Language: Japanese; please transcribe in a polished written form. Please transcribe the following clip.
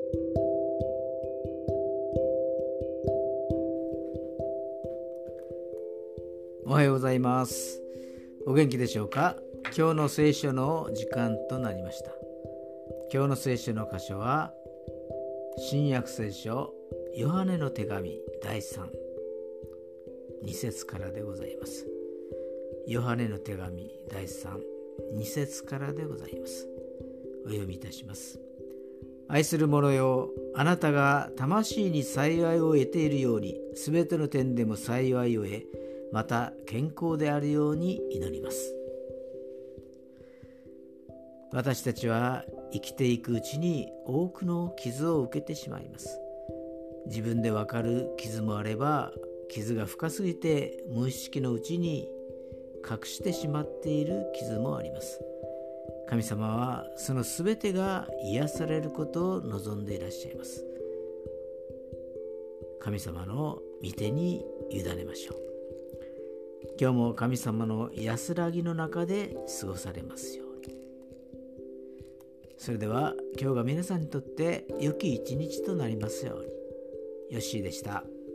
おはようございます。お元気でしょうか。今日の聖書の時間となりました。今日の聖書の箇所は新約聖書ヨハネの手紙第3、2節からでございます。ヨハネの手紙第3、2節からでございます。お読みいたします。愛する者よ、あなたが魂に幸いを得ているように、すべての点でも幸いを得、また健康であるように祈ります。私たちは生きていくうちに多くの傷を受けてしまいます。自分でわかる傷もあれば、傷が深すぎて無意識のうちに隠してしまっている傷もあります。神様はそのすべてが癒されることを望んでいらっしゃいます。神様の御手に委ねましょう。今日も神様の安らぎの中で過ごされますように。それでは今日が皆さんにとって良き一日となりますように。よっしーでした。